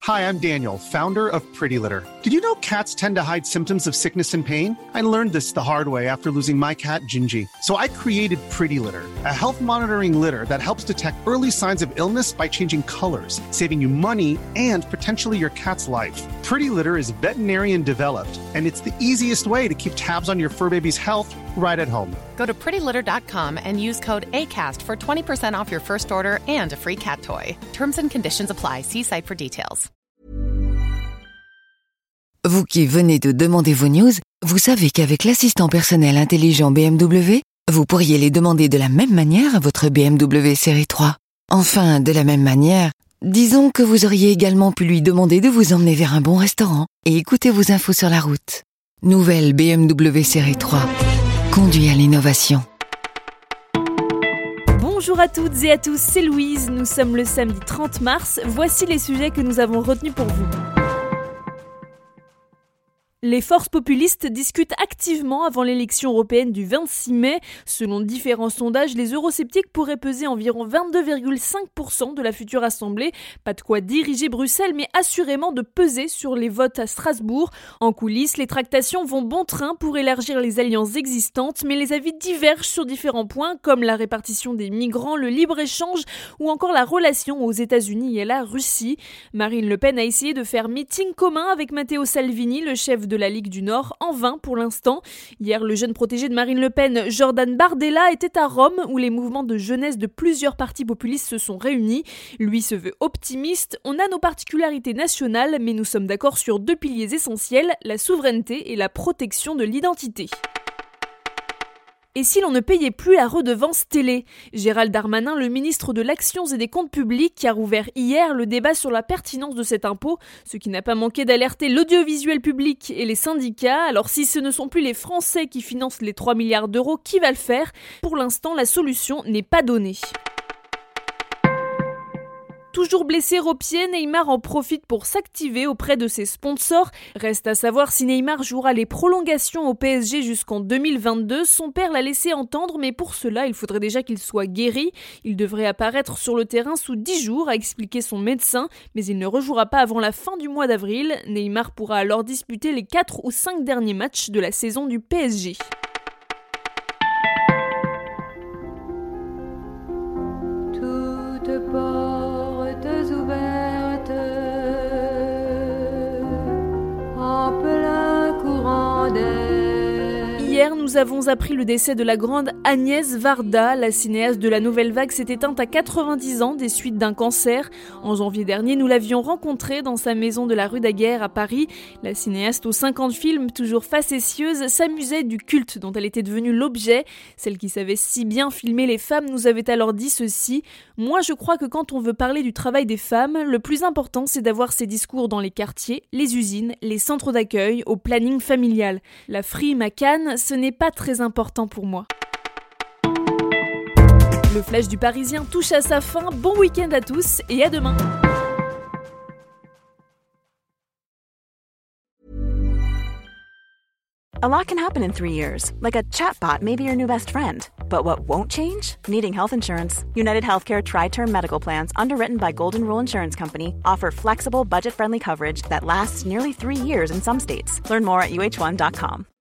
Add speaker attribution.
Speaker 1: Hi, I'm Daniel, founder of Pretty Litter. Did you know cats tend to hide symptoms of sickness and pain? I learned this the hard way after losing my cat, Gingy. So I created Pretty Litter, a health monitoring litter that helps detect early signs of illness by changing colors, saving you money and potentially your cat's life. Pretty Litter is veterinarian developed, and it's the easiest way to keep tabs on your fur baby's health right at home.
Speaker 2: Go to prettylitter.com and use code ACAST for 20% off your first order and a free cat toy. Terms and conditions apply. See site for details.
Speaker 3: Vous qui venez de demander vos news, vous savez qu'avec l'assistant personnel intelligent BMW, vous pourriez les demander de la même manière à votre BMW série 3. Enfin, de la même manière, disons que vous auriez également pu lui demander de vous emmener vers un bon restaurant et écouter vos infos sur la route. Nouvelle BMW série 3. Conduit à l'innovation.
Speaker 4: Bonjour à toutes et à tous, c'est Louise. Nous sommes le samedi 30 mars. Voici les sujets que nous avons retenus pour vous. Les forces populistes discutent activement avant l'élection européenne du 26 mai. Selon différents sondages, les eurosceptiques pourraient peser environ 22,5% de la future assemblée. Pas de quoi diriger Bruxelles, mais assurément de peser sur les votes à Strasbourg. En coulisses, les tractations vont bon train pour élargir les alliances existantes, mais les avis divergent sur différents points, comme la répartition des migrants, le libre-échange ou encore la relation aux États-Unis et à la Russie. Marine Le Pen a essayé de faire meeting commun avec Matteo Salvini, le chef de la Ligue du Nord, en vain pour l'instant. Hier, le jeune protégé de Marine Le Pen, Jordan Bardella, était à Rome où les mouvements de jeunesse de plusieurs partis populistes se sont réunis. Lui se veut optimiste. On a nos particularités nationales, mais nous sommes d'accord sur deux piliers essentiels, la souveraineté et la protection de l'identité. Et si l'on ne payait plus la redevance télé ? Gérald Darmanin, le ministre de l'Action et des Comptes Publics, a rouvert hier le débat sur la pertinence de cet impôt, ce qui n'a pas manqué d'alerter l'audiovisuel public et les syndicats. Alors si ce ne sont plus les Français qui financent les 3 milliards d'euros, qui va le faire ? Pour l'instant, la solution n'est pas donnée. Toujours blessé au pied, Neymar en profite pour s'activer auprès de ses sponsors. Reste à savoir si Neymar jouera les prolongations au PSG jusqu'en 2022. Son père l'a laissé entendre, mais pour cela, il faudrait déjà qu'il soit guéri. Il devrait apparaître sur le terrain sous 10 jours, a expliqué son médecin, mais il ne rejouera pas avant la fin du mois d'avril. Neymar pourra alors disputer les 4 ou 5 derniers matchs de la saison du PSG.
Speaker 5: Toutes portes ouvertes en plein courant d'air.
Speaker 4: Hier, nous avons appris le décès de la grande Agnès Varda. La cinéaste de la Nouvelle Vague s'est éteinte à 90 ans des suites d'un cancer. En janvier dernier, nous l'avions rencontrée dans sa maison de la rue Daguerre à Paris. La cinéaste aux 50 films, toujours facétieuse, s'amusait du culte dont elle était devenue l'objet. Celle qui savait si bien filmer les femmes nous avait alors dit ceci : « Moi, je crois que quand on veut parler du travail des femmes, le plus important, c'est d'avoir ces discours dans les quartiers, les usines, les centres d'accueil, au planning familial. La frime à Cannes, ce n'est pas très important pour moi. » Le flash du Parisien touche à sa fin. Bon week-end à tous et à demain.
Speaker 6: A lot can happen in 3 years, like a chatbot may be your new best friend. But what won't change? Needing health insurance. United Healthcare Tri-Term Medical Plans, underwritten by Golden Rule Insurance Company, offer flexible, budget-friendly coverage that lasts nearly 3 years in some states. Learn more at uh1.com.